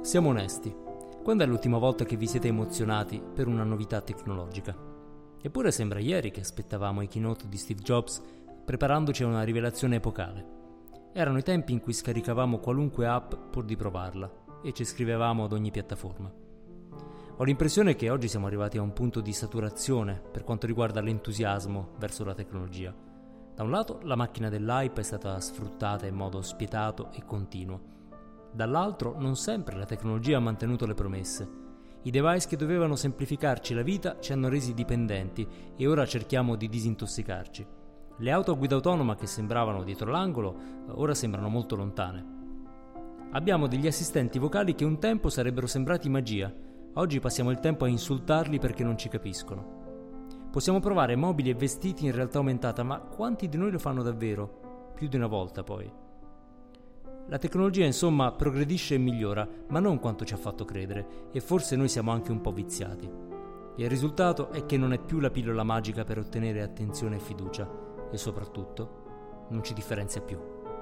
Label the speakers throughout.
Speaker 1: Siamo onesti. Quando è l'ultima volta che vi siete emozionati per una novità tecnologica? Eppure sembra ieri che aspettavamo i keynote di Steve Jobs preparandoci a una rivelazione epocale. Erano i tempi in cui scaricavamo qualunque app pur di provarla e ci iscrivevamo ad ogni piattaforma. Ho l'impressione che oggi siamo arrivati a un punto di saturazione per quanto riguarda l'entusiasmo verso la tecnologia. Da un lato la macchina dell'hype è stata sfruttata in modo spietato e continuo. Dall'altro non sempre la tecnologia ha mantenuto le promesse. I device che dovevano semplificarci la vita ci hanno resi dipendenti e ora cerchiamo di disintossicarci. Le auto a guida autonoma che sembravano dietro l'angolo ora sembrano molto lontane. Abbiamo degli assistenti vocali che un tempo sarebbero sembrati magia. Oggi passiamo il tempo a insultarli perché non ci capiscono. Possiamo provare mobili e vestiti in realtà aumentata, ma quanti di noi lo fanno davvero? Più di una volta poi. La tecnologia insomma progredisce e migliora, ma non quanto ci ha fatto credere, e forse noi siamo anche un po' viziati. E il risultato è che non è più la pillola magica per ottenere attenzione e fiducia, e soprattutto non ci differenzia più.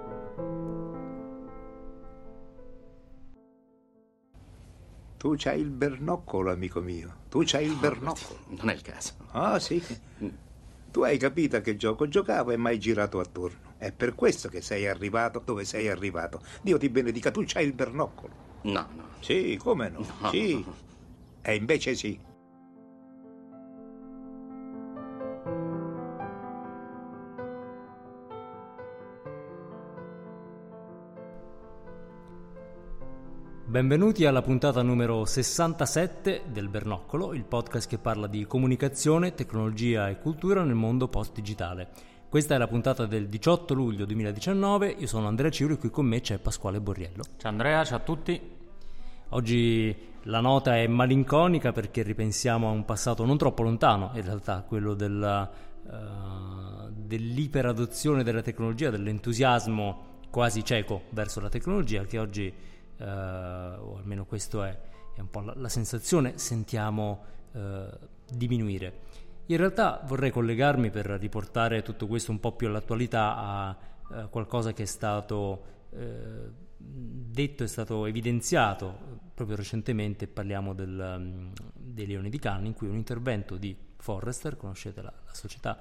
Speaker 2: Tu c'hai il bernoccolo, amico mio. Tu c'hai il bernoccolo.
Speaker 3: Non è il caso.
Speaker 2: Ah, sì. Tu hai capito a che gioco giocavo e mai girato attorno. È per questo che sei arrivato dove sei arrivato. Dio ti benedica, tu c'hai il bernoccolo.
Speaker 3: No.
Speaker 2: Sì, come no?
Speaker 3: No.
Speaker 2: Sì. E invece sì.
Speaker 1: Benvenuti alla puntata numero 67 del Bernoccolo, il podcast che parla di comunicazione, tecnologia e cultura nel mondo post-digitale. Questa è la puntata del 18 luglio 2019, io sono Andrea Ciro e qui con me c'è Pasquale Borriello.
Speaker 4: Ciao Andrea, ciao a tutti.
Speaker 1: Oggi la nota è malinconica perché ripensiamo a un passato non troppo lontano, in realtà, quello dell'iperadozione della tecnologia, dell'entusiasmo quasi cieco verso la tecnologia che oggi, o almeno questo è un po' la sensazione, sentiamo diminuire. In realtà vorrei collegarmi per riportare tutto questo un po' più all'attualità a qualcosa che è stato detto, è stato evidenziato proprio recentemente. Parliamo dei Leoni di Cannes, in cui un intervento di Forrester, conoscete la società,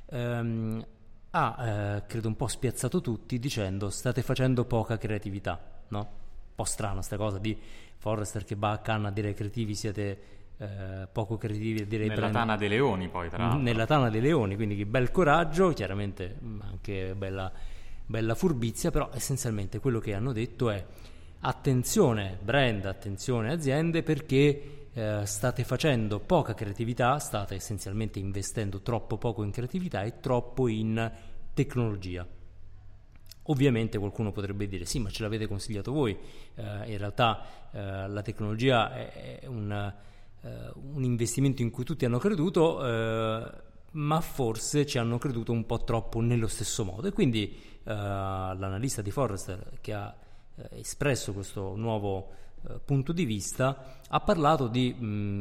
Speaker 1: ha credo un po' spiazzato tutti dicendo: state facendo poca creatività, no? Un po' strano sta cosa di Forrester che va a Cannes a dire ai creativi siete poco creativi, direi
Speaker 4: nella tana dei leoni, poi tra l'altro.
Speaker 1: Nella tana dei leoni, quindi che bel coraggio, chiaramente anche bella furbizia, però essenzialmente quello che hanno detto è: attenzione brand, attenzione aziende, perché state facendo poca creatività, state essenzialmente investendo troppo poco in creatività e troppo in tecnologia. Ovviamente qualcuno potrebbe dire: sì, ma ce l'avete consigliato voi. In realtà la tecnologia è un investimento in cui tutti hanno creduto, ma forse ci hanno creduto un po' troppo nello stesso modo. E quindi l'analista di Forrester, che ha espresso questo nuovo punto di vista, ha parlato di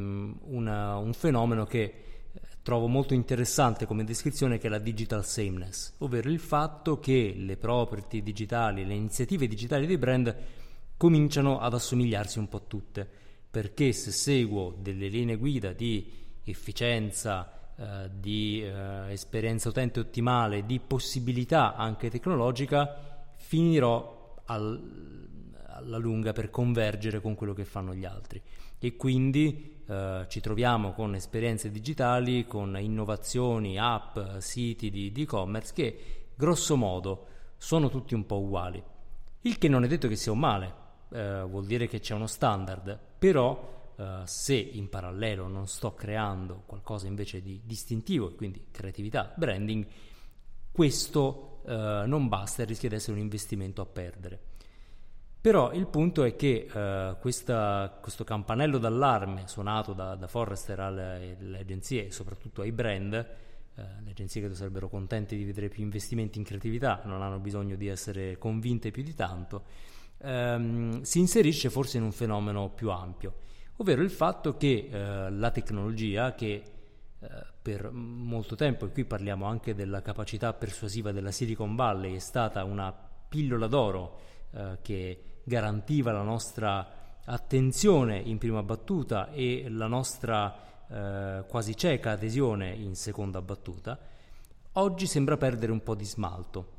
Speaker 1: un fenomeno che trovo molto interessante come descrizione, che è la digital sameness, ovvero il fatto che le property digitali, le iniziative digitali dei brand cominciano ad assomigliarsi un po' tutte, perché se seguo delle linee guida di efficienza, di esperienza utente ottimale, di possibilità anche tecnologica, finirò alla lunga per convergere con quello che fanno gli altri, e quindi ci troviamo con esperienze digitali, con innovazioni, app, siti di e-commerce che grosso modo sono tutti un po' uguali, il che non è detto che sia un male, vuol dire che c'è uno standard, però se in parallelo non sto creando qualcosa invece di distintivo, e quindi creatività, branding, questo non basta e rischia di essere un investimento a perdere. Però il punto è che questo campanello d'allarme suonato da Forrester alle agenzie e soprattutto ai brand, le agenzie che sarebbero contente di vedere più investimenti in creatività, non hanno bisogno di essere convinte più di tanto, si inserisce forse in un fenomeno più ampio, ovvero il fatto che la tecnologia, che per molto tempo, e qui parliamo anche della capacità persuasiva della Silicon Valley, è stata una pillola d'oro che garantiva la nostra attenzione in prima battuta e la nostra quasi cieca adesione in seconda battuta, oggi sembra perdere un po' di smalto.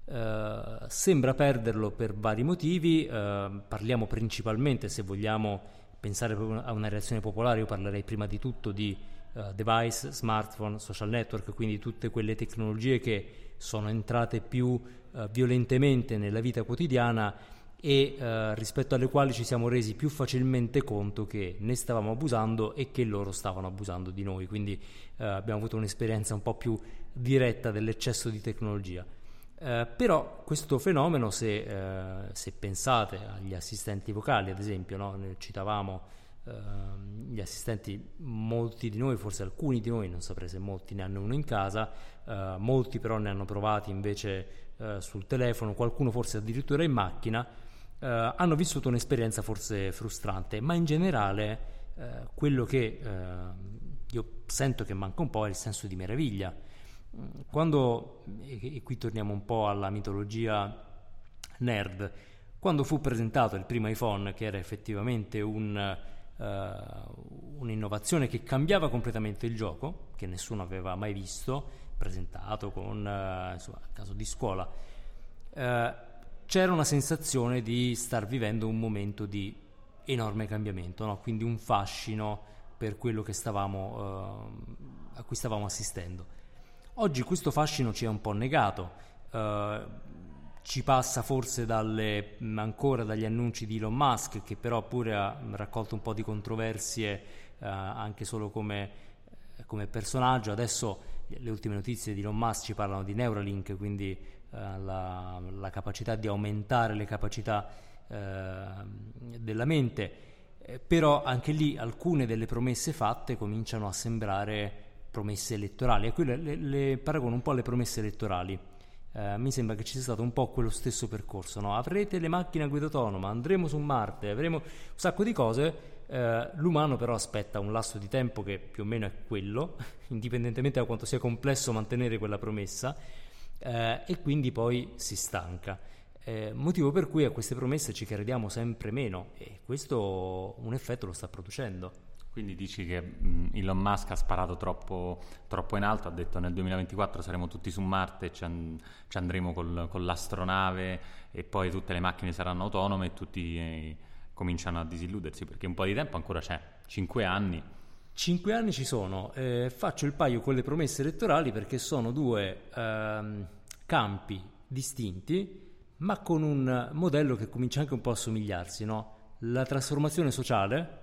Speaker 1: Sembra perderlo per vari motivi. Parliamo principalmente, se vogliamo pensare a una reazione popolare, io parlerei prima di tutto di device, smartphone, social network, quindi tutte quelle tecnologie che sono entrate più violentemente nella vita quotidiana e rispetto alle quali ci siamo resi più facilmente conto che ne stavamo abusando e che loro stavano abusando di noi, quindi abbiamo avuto un'esperienza un po' più diretta dell'eccesso di tecnologia. Però questo fenomeno, se pensate agli assistenti vocali, ad esempio, no? Noi citavamo gli assistenti, molti di noi, forse alcuni di noi, non saprei se molti ne hanno uno in casa, molti però ne hanno provati invece sul telefono, qualcuno forse addirittura in macchina, hanno vissuto un'esperienza forse frustrante, ma in generale quello che io sento che manca un po' è il senso di meraviglia. Quando, e qui torniamo un po' alla mitologia nerd, quando fu presentato il primo iPhone, che era effettivamente un'innovazione che cambiava completamente il gioco, che nessuno aveva mai visto, presentato con insomma, a caso di scuola, c'era una sensazione di star vivendo un momento di enorme cambiamento, no? Quindi un fascino per quello che a cui stavamo assistendo. Oggi questo fascino ci è un po' negato, ci passa forse ancora dagli annunci di Elon Musk, che però pure ha raccolto un po' di controversie anche solo come personaggio. Adesso le ultime notizie di Elon Musk ci parlano di Neuralink, quindi la capacità di aumentare le capacità della mente, però anche lì alcune delle promesse fatte cominciano a sembrare promesse elettorali, e qui le paragono un po' alle promesse elettorali. Mi sembra che ci sia stato un po' quello stesso percorso, no? Avrete le macchine a guida autonoma, andremo su Marte, avremo un sacco di cose. L'umano però aspetta un lasso di tempo che più o meno è quello, indipendentemente da quanto sia complesso mantenere quella promessa, e quindi poi si stanca, motivo per cui a queste promesse ci crediamo sempre meno, e questo un effetto lo sta producendo.
Speaker 4: Quindi dici che Elon Musk ha sparato troppo in alto, ha detto nel 2024 saremo tutti su Marte, ci andremo con l'astronave e poi tutte le macchine saranno autonome e tutti cominciano a disilludersi, perché un po' di tempo ancora c'è, 5 anni.
Speaker 1: 5 anni ci sono, faccio il paio con le promesse elettorali perché sono due campi distinti, ma con un modello che comincia anche un po' a somigliarsi, no? La trasformazione sociale,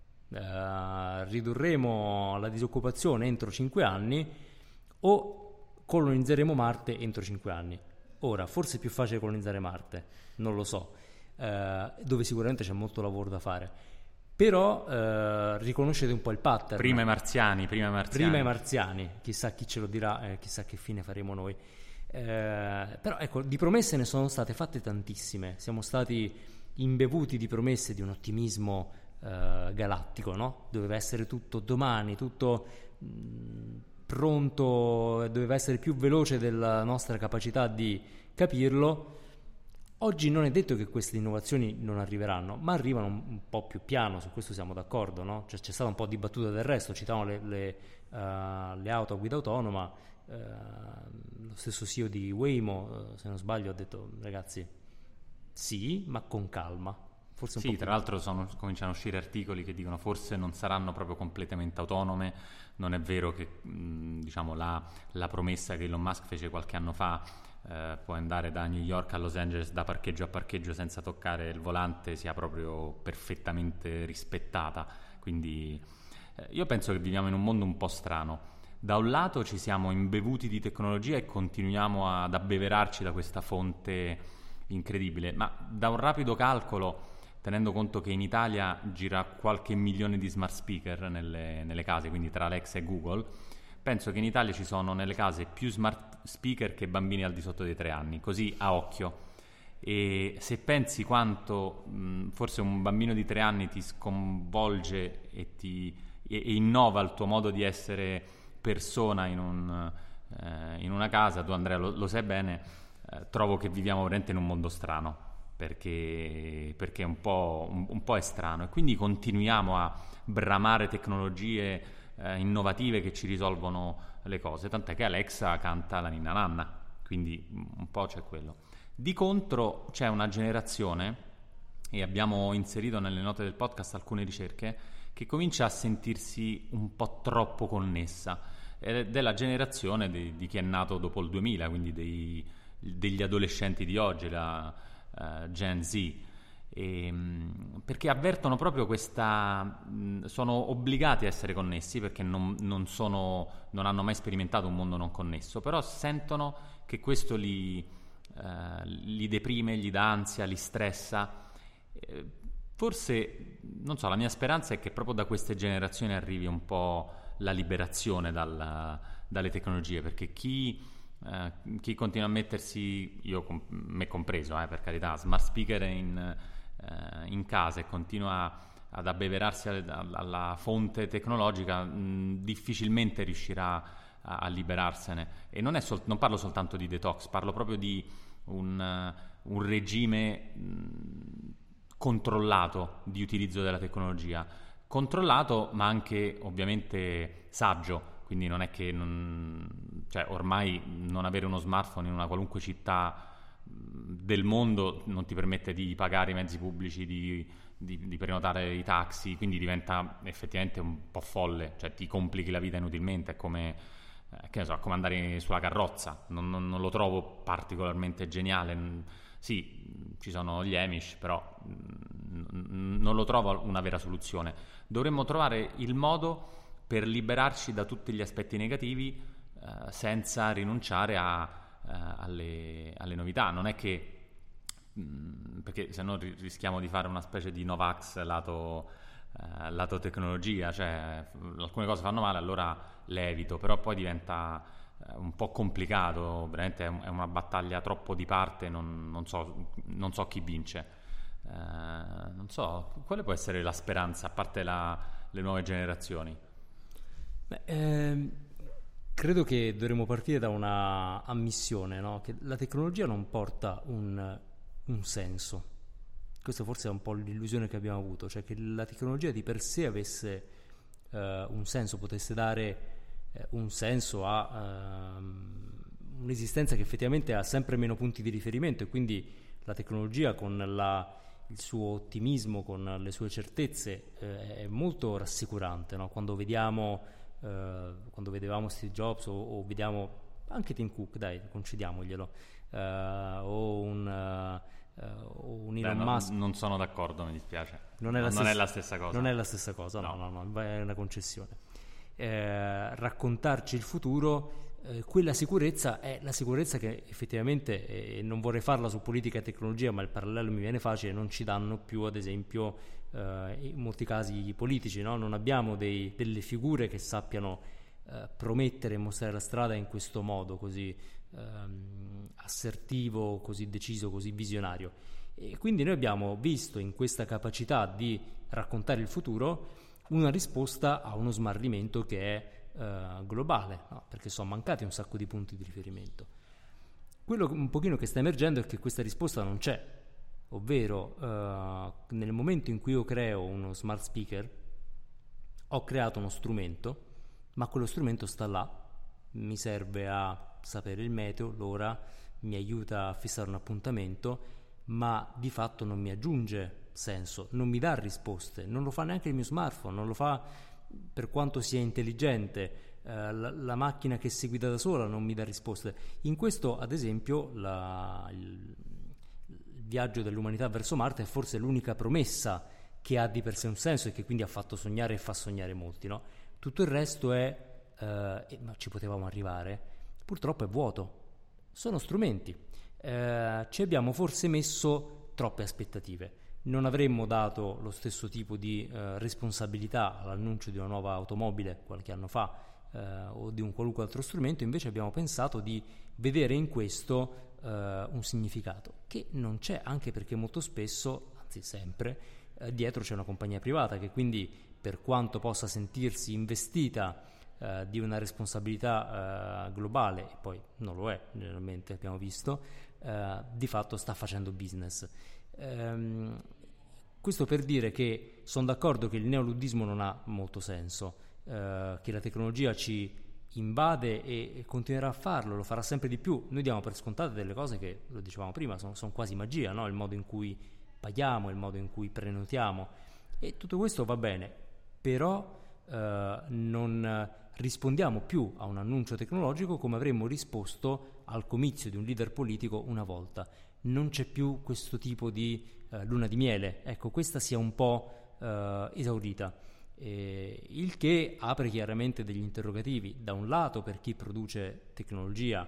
Speaker 1: ridurremo la disoccupazione entro 5 anni o colonizzeremo Marte entro 5 anni. Ora, forse è più facile colonizzare Marte, non lo so, dove sicuramente c'è molto lavoro da fare, però riconoscete un po' il pattern.
Speaker 4: Prima i marziani.
Speaker 1: Chissà chi ce lo dirà, chissà che fine faremo noi. Però ecco, di promesse ne sono state fatte tantissime, siamo stati imbevuti di promesse, di un ottimismo galattico, no? Doveva essere tutto domani, tutto pronto, doveva essere più veloce della nostra capacità di capirlo. Oggi non è detto che queste innovazioni non arriveranno, ma arrivano un po' più piano, su questo siamo d'accordo, no? Cioè, c'è stata un po' di battuta del resto, citavamo le auto a guida autonoma, lo stesso CEO di Waymo, se non sbaglio, ha detto ragazzi sì, ma con calma. Forse un po'
Speaker 4: tra l'altro cominciano a uscire articoli che dicono forse non saranno proprio completamente autonome. Non è vero che diciamo la promessa che Elon Musk fece qualche anno fa, puoi andare da New York a Los Angeles da parcheggio a parcheggio senza toccare il volante, sia proprio perfettamente rispettata. Quindi io penso che viviamo in un mondo un po' strano. Da un lato ci siamo imbevuti di tecnologia e continuiamo ad abbeverarci da questa fonte incredibile, ma da un rapido calcolo, tenendo conto che in Italia gira qualche milione di smart speaker nelle case, quindi tra Alexa e Google, penso che in Italia ci sono nelle case più smart speaker che bambini al di sotto dei 3 anni, così a occhio. E se pensi quanto forse un bambino di 3 anni ti sconvolge e innova il tuo modo di essere persona in una casa, tu Andrea lo sai bene, trovo che viviamo veramente in un mondo strano. perché è un po' è strano, e quindi continuiamo a bramare tecnologie innovative che ci risolvono le cose, tant'è che Alexa canta la ninna nanna, quindi un po' c'è quello. Di contro c'è una generazione, e abbiamo inserito nelle note del podcast alcune ricerche, che comincia a sentirsi un po' troppo connessa, ed è la generazione di chi è nato dopo il 2000, quindi degli adolescenti di oggi, la Gen Z, perché avvertono proprio questa, sono obbligati a essere connessi perché non hanno mai sperimentato un mondo non connesso, però sentono che questo li deprime, gli dà ansia, li stressa. Forse, non so, la mia speranza è che proprio da queste generazioni arrivi un po' la liberazione dalle tecnologie, perché chi continua a mettersi, me compreso, per carità, smart speaker in casa, e continua ad abbeverarsi alla fonte tecnologica, difficilmente riuscirà a liberarsene. E non parlo soltanto di detox, parlo proprio di un regime controllato di utilizzo della tecnologia, controllato ma anche ovviamente saggio. Quindi non è che cioè ormai non avere uno smartphone in una qualunque città del mondo non ti permette di pagare i mezzi pubblici, di prenotare i taxi, quindi diventa effettivamente un po' folle, cioè ti complichi la vita inutilmente, è come, che ne so, come andare sulla carrozza. Non lo trovo particolarmente geniale. Sì, ci sono gli Amish, però non lo trovo una vera soluzione. Dovremmo trovare il modo per liberarci da tutti gli aspetti negativi senza rinunciare alle novità. Non è che perché se no rischiamo di fare una specie di Novax lato tecnologia, cioè alcune cose fanno male, allora le evito, però poi diventa un po' complicato, veramente è una battaglia troppo di parte, non so chi vince. Non so, quale può essere la speranza, a parte le nuove generazioni?
Speaker 1: Credo che dovremmo partire da una ammissione, no? Che la tecnologia non porta un senso. Questa forse è un po' l'illusione che abbiamo avuto, cioè che la tecnologia di per sé avesse un senso, potesse dare un senso a un'esistenza che effettivamente ha sempre meno punti di riferimento, e quindi la tecnologia con il suo ottimismo, con le sue certezze, è molto rassicurante, no? Quando vedevamo Steve Jobs o vediamo anche Tim Cook, dai, concediamoglielo, o un Elon Musk.
Speaker 4: Non sono d'accordo, mi dispiace.
Speaker 1: Non è la
Speaker 4: stessa cosa.
Speaker 1: Non è la stessa cosa, no, è una concessione. Raccontarci il futuro, quella sicurezza è la sicurezza che effettivamente, non vorrei farla su politica e tecnologia, ma il parallelo mi viene facile, non ci danno più, ad esempio, in molti casi i politici, no? Non abbiamo delle figure che sappiano promettere e mostrare la strada in questo modo così assertivo, così deciso, così visionario. E quindi noi abbiamo visto in questa capacità di raccontare il futuro una risposta a uno smarrimento che è globale, no? Perché sono mancati un sacco di punti di riferimento. Quello un pochino che sta emergendo è che questa risposta non c'è, ovvero nel momento in cui io creo uno smart speaker ho creato uno strumento, ma quello strumento sta là, mi serve a sapere il meteo, l'ora, mi aiuta a fissare un appuntamento, ma di fatto non mi aggiunge senso, non mi dà risposte, non lo fa neanche il mio smartphone, non lo fa per quanto sia intelligente, la macchina che si guida da sola non mi dà risposte. In questo, ad esempio, il viaggio dell'umanità verso Marte è forse l'unica promessa che ha di per sé un senso e che quindi ha fatto sognare e fa sognare molti, no? Tutto il resto è ma ci potevamo arrivare, purtroppo è vuoto, sono strumenti, ci abbiamo forse messo troppe aspettative. Non avremmo dato lo stesso tipo di responsabilità all'annuncio di una nuova automobile qualche anno fa o di un qualunque altro strumento, invece abbiamo pensato di vedere in questo un significato che non c'è, anche perché molto spesso, anzi sempre, dietro c'è una compagnia privata che quindi, per quanto possa sentirsi investita di una responsabilità globale, e poi non lo è generalmente, abbiamo visto, di fatto sta facendo business. Questo per dire che sono d'accordo che il neoluddismo non ha molto senso, che la tecnologia ci invade e continuerà a farlo, lo farà sempre di più. Noi diamo per scontate delle cose che, lo dicevamo prima, sono quasi magia, no? Il modo in cui paghiamo, il modo in cui prenotiamo, e tutto questo va bene, però non rispondiamo più a un annuncio tecnologico come avremmo risposto al comizio di un leader politico una volta. Non c'è più questo tipo di luna di miele, ecco, questa sia un po' esaurita, il che apre chiaramente degli interrogativi, da un lato per chi produce tecnologia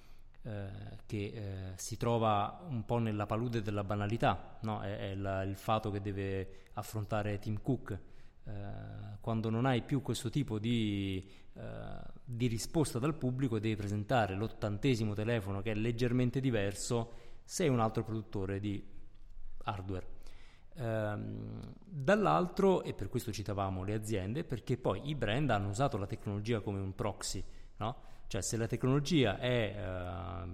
Speaker 1: che si trova un po' nella palude della banalità, no? È il fato che deve affrontare Tim Cook. Quando non hai più questo tipo di risposta dal pubblico e devi presentare l'80° telefono che è leggermente diverso, sei un altro produttore di hardware. Dall'altro, e per questo citavamo le aziende, perché poi i brand hanno usato la tecnologia come un proxy, no? Cioè, se la tecnologia è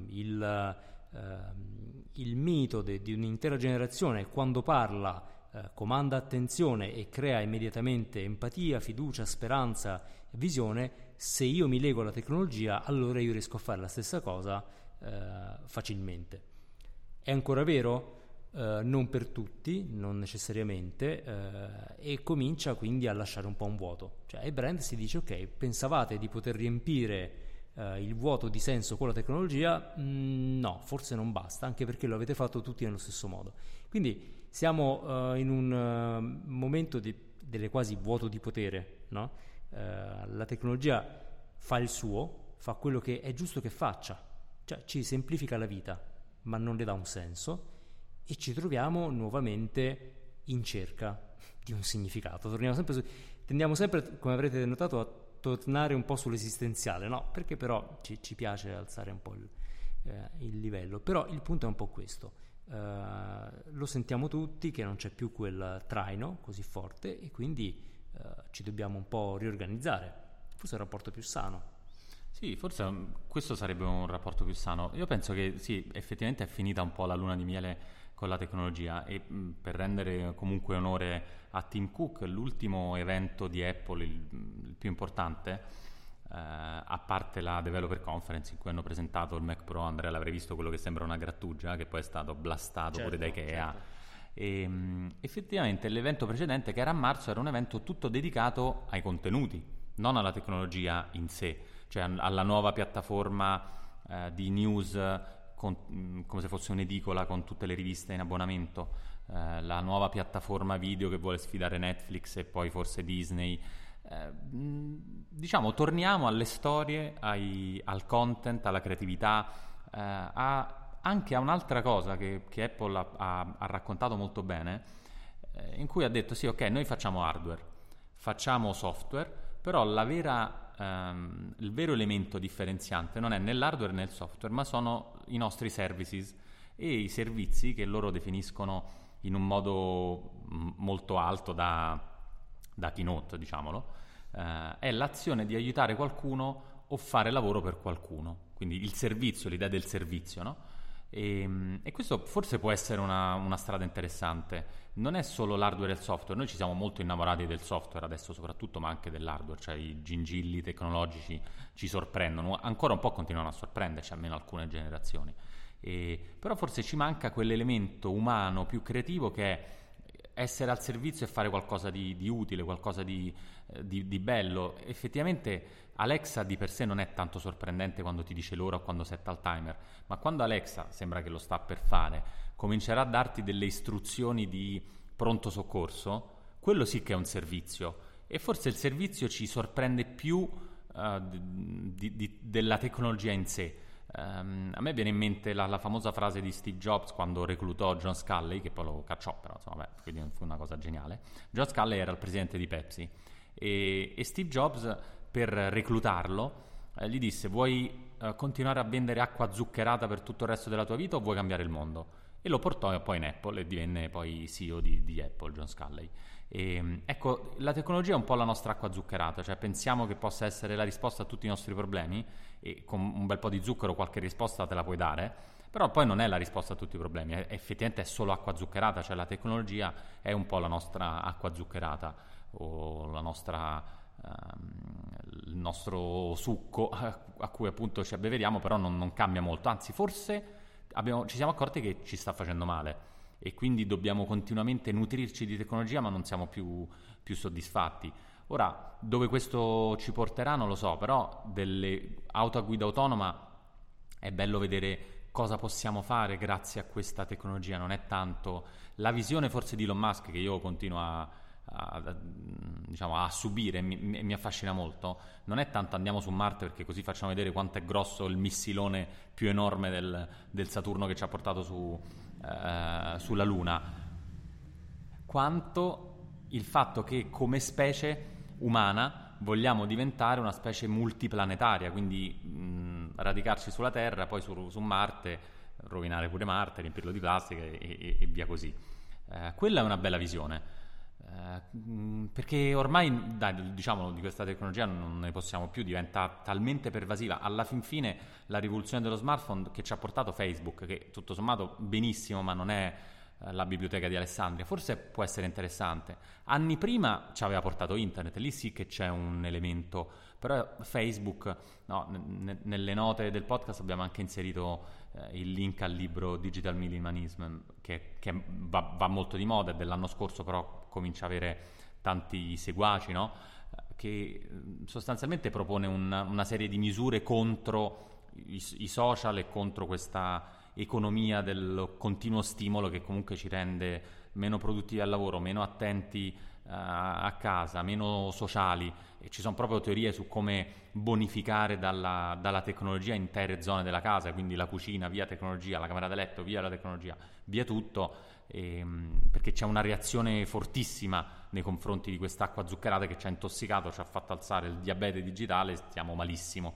Speaker 1: il mito di un'intera generazione, quando parla comanda attenzione e crea immediatamente empatia, fiducia, speranza, visione, se io mi lego alla tecnologia, allora io riesco a fare la stessa cosa facilmente. È ancora vero? Non per tutti, non necessariamente, e comincia quindi a lasciare un po' un vuoto. Cioè ai brand si dice: ok, pensavate di poter riempire il vuoto di senso con la tecnologia? No, forse non basta, anche perché lo avete fatto tutti nello stesso modo. Quindi siamo in un momento delle quasi vuoto di potere, no? La tecnologia fa il suo, fa quello che è giusto che faccia, cioè ci semplifica la vita, ma non le dà un senso, e ci troviamo nuovamente in cerca di un significato. Tendiamo sempre, come avrete notato, a tornare un po' sull'esistenziale, no? Perché però ci piace alzare un po' il livello. Però il punto è un po' questo. Lo sentiamo tutti che non c'è più quel traino così forte, e quindi ci dobbiamo un po' riorganizzare. Forse è un rapporto più sano.
Speaker 4: Sì, forse questo sarebbe un rapporto più sano. Io penso che sì, effettivamente è finita un po' la luna di miele con la tecnologia, e per rendere comunque onore a Tim Cook, l'ultimo evento di Apple, il più importante, a parte la Developer Conference in cui hanno presentato il Mac Pro, Andrea l'avrei visto, quello che sembra una grattugia, che poi è stato blastato pure da Ikea. Certo. E effettivamente l'evento precedente, che era a marzo, era un evento tutto dedicato ai contenuti, non alla tecnologia in sé, cioè alla nuova piattaforma di news, come se fosse un'edicola con tutte le riviste in abbonamento, la nuova piattaforma video che vuole sfidare Netflix e poi forse Disney. Diciamo, torniamo alle storie, al content, alla creatività, anche a un'altra cosa che Apple ha raccontato molto bene, in cui ha detto: sì, ok, noi facciamo hardware, facciamo software, però il vero elemento differenziante non è né l'hardware né il software, ma sono i nostri services e i servizi che loro definiscono in un modo molto alto da keynote, diciamolo. È l'azione di aiutare qualcuno o fare lavoro per qualcuno, quindi il servizio, l'idea del servizio, no? E questo forse può essere una strada interessante. Non è solo l'hardware e il software, noi ci siamo molto innamorati del software adesso soprattutto, ma anche dell'hardware, cioè i gingilli tecnologici ci sorprendono, ancora un po' continuano a sorprenderci, almeno alcune generazioni, però forse ci manca quell'elemento umano più creativo, che è essere al servizio e fare qualcosa di utile, qualcosa di bello. Effettivamente Alexa di per sé non è tanto sorprendente quando ti dice l'ora o quando setta il timer, ma quando Alexa, sembra che lo sta per fare, comincerà a darti delle istruzioni di pronto soccorso, quello sì che è un servizio, e forse il servizio ci sorprende più della tecnologia in sé. A me viene in mente la famosa frase di Steve Jobs quando reclutò John Sculley, che poi lo cacciò, però insomma, quindi fu una cosa geniale. John Sculley era il presidente di Pepsi, e Steve Jobs, per reclutarlo, gli disse: vuoi continuare a vendere acqua zuccherata per tutto il resto della tua vita o vuoi cambiare il mondo? E lo portò poi in Apple e divenne poi CEO di Apple, John Sculley. Ecco, la tecnologia è un po' la nostra acqua zuccherata, cioè pensiamo che possa essere la risposta a tutti i nostri problemi, e con un bel po' di zucchero qualche risposta te la puoi dare, Però poi non è la risposta a tutti i problemi, effettivamente è solo acqua zuccherata, cioè la tecnologia è un po' la nostra acqua zuccherata o la nostra, il nostro succo a cui appunto ci abbeveriamo, però non cambia molto, anzi forse ci siamo accorti che ci sta facendo male e quindi dobbiamo continuamente nutrirci di tecnologia ma non siamo più soddisfatti. Ora, dove questo ci porterà non lo so, però delle auto a guida autonoma è bello vedere cosa possiamo fare grazie a questa tecnologia, non è tanto la visione forse di Elon Musk che io continuo a subire e mi affascina molto, non è tanto andiamo su Marte perché così facciamo vedere quanto è grosso il missilone più enorme del Saturno che ci ha portato sulla Luna, quanto il fatto che come specie umana vogliamo diventare una specie multiplanetaria, quindi radicarci sulla Terra, poi su Marte, rovinare pure Marte, riempirlo di plastica e via così. Quella è una bella visione, perché ormai, diciamo, di questa tecnologia non ne possiamo più, diventa talmente pervasiva. Alla fin fine la rivoluzione dello smartphone che ci ha portato Facebook, che tutto sommato benissimo, ma non è la biblioteca di Alessandria, forse può essere interessante. Anni prima ci aveva portato internet, lì sì che c'è un elemento, però Facebook, no, nelle note del podcast abbiamo anche inserito il link al libro Digital Minimalism che va molto di moda, è dell'anno scorso, però comincia a avere tanti seguaci, no? Che sostanzialmente propone una serie di misure contro i social e contro questa economia del continuo stimolo che comunque ci rende meno produttivi al lavoro, meno attenti a casa, meno sociali, e ci sono proprio teorie su come bonificare dalla tecnologia intere zone della casa, quindi la cucina via tecnologia, la camera da letto via la tecnologia, via tutto, perché c'è una reazione fortissima nei confronti di quest'acqua zuccherata che ci ha intossicato, ci ha fatto alzare il diabete digitale, stiamo malissimo.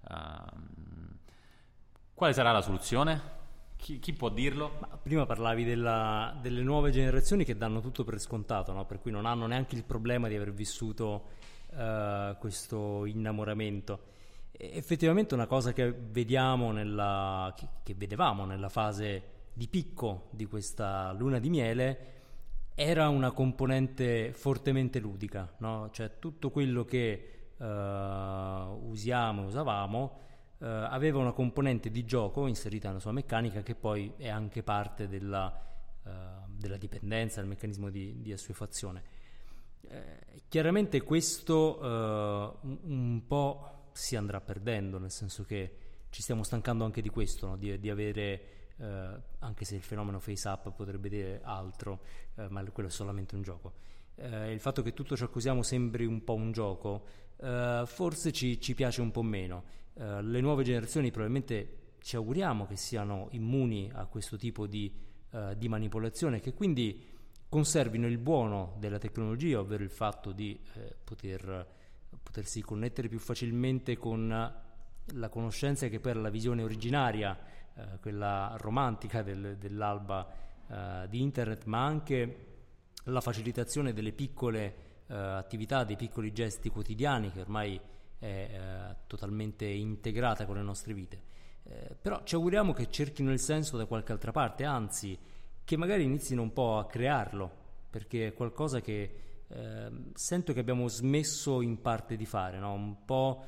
Speaker 4: Quale sarà la soluzione? Chi può dirlo?
Speaker 1: Ma prima parlavi delle nuove generazioni che danno tutto per scontato, no? Per cui non hanno neanche il problema di aver vissuto questo innamoramento. Effettivamente una cosa che vediamo che vedevamo nella fase di picco di questa luna di miele era una componente fortemente ludica, no? Cioè tutto quello che usavamo aveva una componente di gioco inserita nella sua meccanica che poi è anche parte della dipendenza, del meccanismo di assuefazione. Chiaramente questo un po' si andrà perdendo, nel senso che ci stiamo stancando anche di questo, no? di avere, anche se il fenomeno face up potrebbe dire altro, ma quello è solamente un gioco. Il fatto che tutto ciò che usiamo sembri un po' un gioco forse ci piace un po' meno. Le nuove generazioni probabilmente ci auguriamo che siano immuni a questo tipo di manipolazione, che quindi conservino il buono della tecnologia, ovvero il fatto di potersi connettere più facilmente con la conoscenza che poi era la visione originaria, quella romantica dell'alba di internet, ma anche la facilitazione delle piccole attività, dei piccoli gesti quotidiani che ormai è totalmente integrata con le nostre vite. Però ci auguriamo che cerchino il senso da qualche altra parte, anzi che magari inizino un po' a crearlo, perché è qualcosa che sento che abbiamo smesso in parte di fare, no? Un po'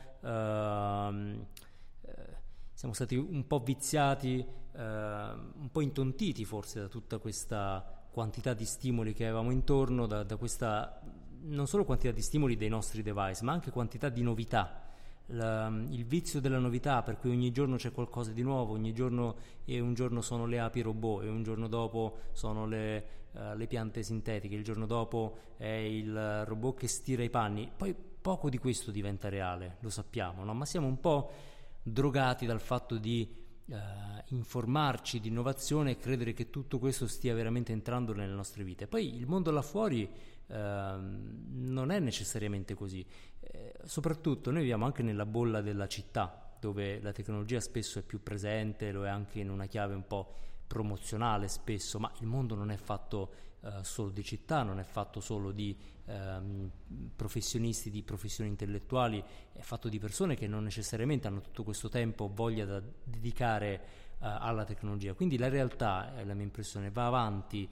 Speaker 1: siamo stati un po' viziati, un po' intontiti forse da tutta questa quantità di stimoli che avevamo intorno, da questa non solo quantità di stimoli dei nostri device, ma anche quantità di novità. Il vizio della novità, per cui ogni giorno c'è qualcosa di nuovo, ogni giorno, e un giorno sono le api robot, e un giorno dopo sono le piante sintetiche, il giorno dopo è il robot che stira i panni. Poi poco di questo diventa reale, lo sappiamo, no? Ma siamo un po' drogati dal fatto di informarci di innovazione e credere che tutto questo stia veramente entrando nelle nostre vite. Poi il mondo là fuori non è necessariamente così, soprattutto noi viviamo anche nella bolla della città, dove la tecnologia spesso è più presente, lo è anche in una chiave un po' promozionale spesso, ma il mondo non è fatto solo di città, non è fatto solo di professionisti, di professioni intellettuali, è fatto di persone che non necessariamente hanno tutto questo tempo, voglia da dedicare alla tecnologia. Quindi la realtà, è la mia impressione, va avanti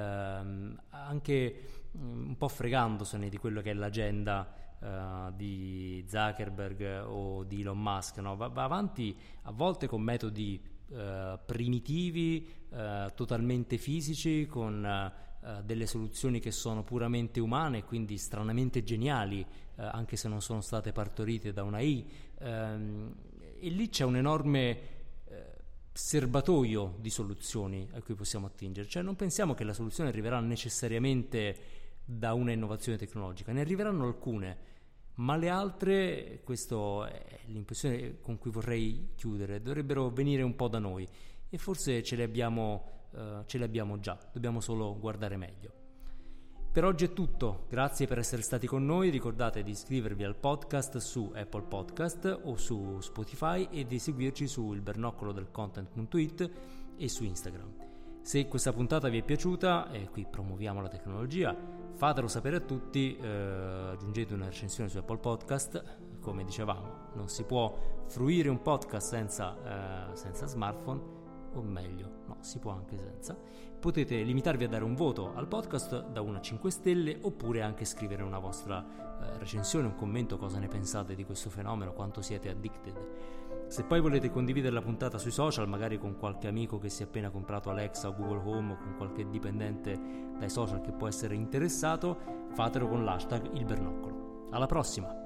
Speaker 1: anche un po' fregandosene di quello che è l'agenda di Zuckerberg o di Elon Musk, no? Va avanti a volte con metodi primitivi, totalmente fisici, con delle soluzioni che sono puramente umane, quindi stranamente geniali, anche se non sono state partorite da una AI, e lì c'è un enorme serbatoio di soluzioni a cui possiamo attingere. Cioè non pensiamo che la soluzione arriverà necessariamente da una innovazione tecnologica, ne arriveranno alcune, ma le altre, questa è l'impressione con cui vorrei chiudere, dovrebbero venire un po' da noi, e forse ce le abbiamo già, dobbiamo solo guardare meglio. Per oggi è tutto, grazie per essere stati con noi, ricordate di iscrivervi al podcast su Apple Podcast o su Spotify e di seguirci su ilbernocolodelcontent.it e su Instagram. Se questa puntata vi è piaciuta, e qui promuoviamo la tecnologia, fatelo sapere a tutti, aggiungete una recensione su Apple Podcast. Come dicevamo, non si può fruire un podcast senza smartphone, o meglio, no, si può anche senza. Potete limitarvi a dare un voto al podcast da 1 a 5 stelle, oppure anche scrivere una vostra recensione, un commento, cosa ne pensate di questo fenomeno, quanto siete addicted. Se poi volete condividere la puntata sui social, magari con qualche amico che si è appena comprato Alexa o Google Home, o con qualche dipendente dai social che può essere interessato, fatelo con l'hashtag Il Bernoccolo. Alla prossima!